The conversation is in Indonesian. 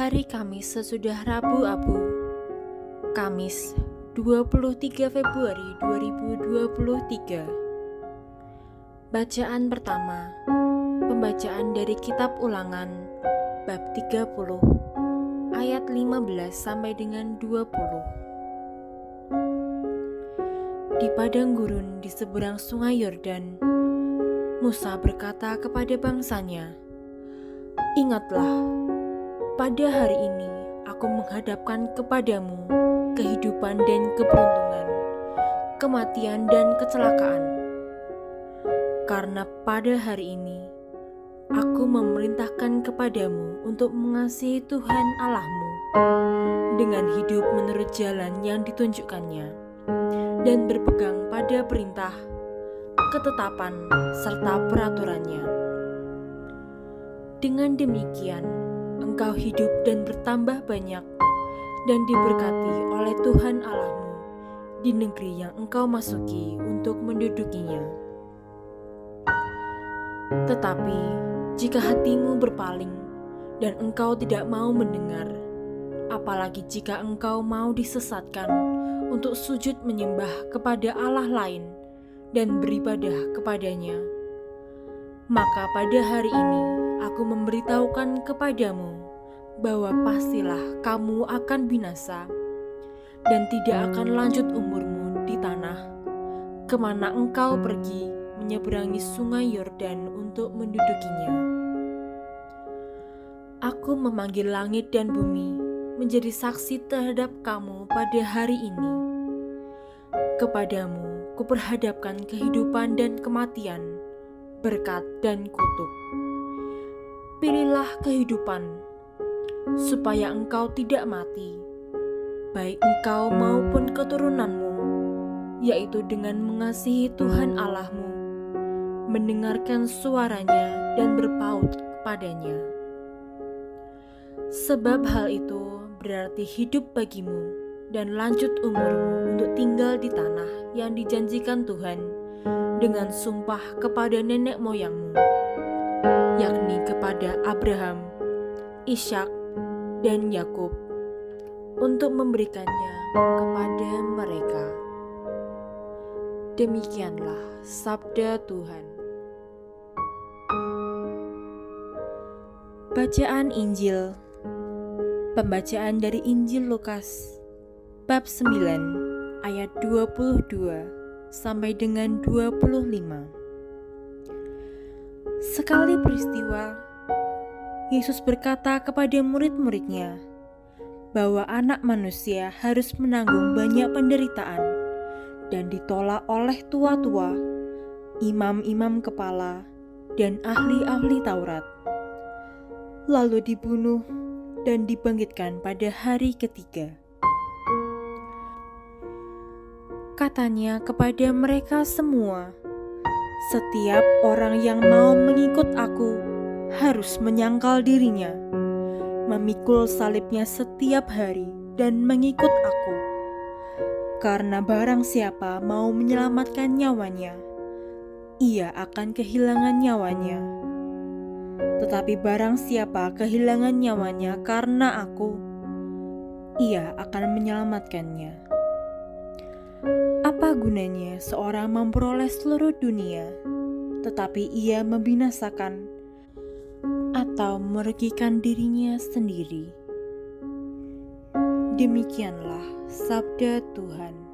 hari Kamis sesudah Rabu Abu, Kamis 23 Februari 2023. Bacaan pertama, pembacaan dari Kitab Ulangan bab 30 ayat 15 sampai dengan 20. Di padang gurun di seberang sungai Yordan, Musa berkata kepada bangsanya, "Ingatlah, pada hari ini aku menghadapkan kepadamu kehidupan dan keberuntungan, kematian dan kecelakaan. Karena pada hari ini aku memerintahkan kepadamu untuk mengasihi Tuhan Allahmu dengan hidup menurut jalan yang ditunjukkannya dan berpegang pada perintah, ketetapan, serta peraturannya. Dengan demikian, engkau hidup dan bertambah banyak dan diberkati oleh Tuhan Allahmu di negeri yang engkau masuki untuk mendudukinya. Tetapi jika hatimu berpaling dan engkau tidak mau mendengar, apalagi jika engkau mau disesatkan untuk sujud menyembah kepada Allah lain dan beribadah kepadanya, maka pada hari ini aku memberitahukan kepadamu bahwa pastilah kamu akan binasa dan tidak akan lanjut umurmu di tanah kemana engkau pergi menyeberangi sungai Yordan untuk mendudukinya. Aku memanggil langit dan bumi menjadi saksi terhadap kamu pada hari ini. Kepadamu kuperhadapkan kehidupan dan kematian, berkat dan kutuk. Pilihlah kehidupan, supaya engkau tidak mati, baik engkau maupun keturunanmu, yaitu dengan mengasihi Tuhan Allahmu, mendengarkan suaranya dan berpaut kepadanya. Sebab hal itu berarti hidup bagimu dan lanjut umurmu untuk tinggal di tanah yang dijanjikan Tuhan dengan sumpah kepada nenek moyangmu, yakni kepada Abraham, Ishak, dan Yakub, untuk memberikannya kepada mereka." Demikianlah sabda Tuhan. Bacaan Injil. Pembacaan dari Injil Lukas bab 9 ayat 22 sampai dengan 25. Sekali peristiwa, Yesus berkata kepada murid-muridnya bahwa Anak Manusia harus menanggung banyak penderitaan dan ditolak oleh tua-tua, imam-imam kepala, dan ahli-ahli Taurat, lalu dibunuh dan dibangkitkan pada hari ketiga. Katanya kepada mereka semua, "Setiap orang yang mau mengikut aku harus menyangkal dirinya, memikul salibnya setiap hari dan mengikut aku. Karena barang siapa mau menyelamatkan nyawanya, ia akan kehilangan nyawanya. Tetapi barang siapa kehilangan nyawanya karena aku, ia akan menyelamatkannya. Apa gunanya seorang memperoleh seluruh dunia, tetapi ia membinasakan atau merugikan dirinya sendiri?" Demikianlah sabda Tuhan.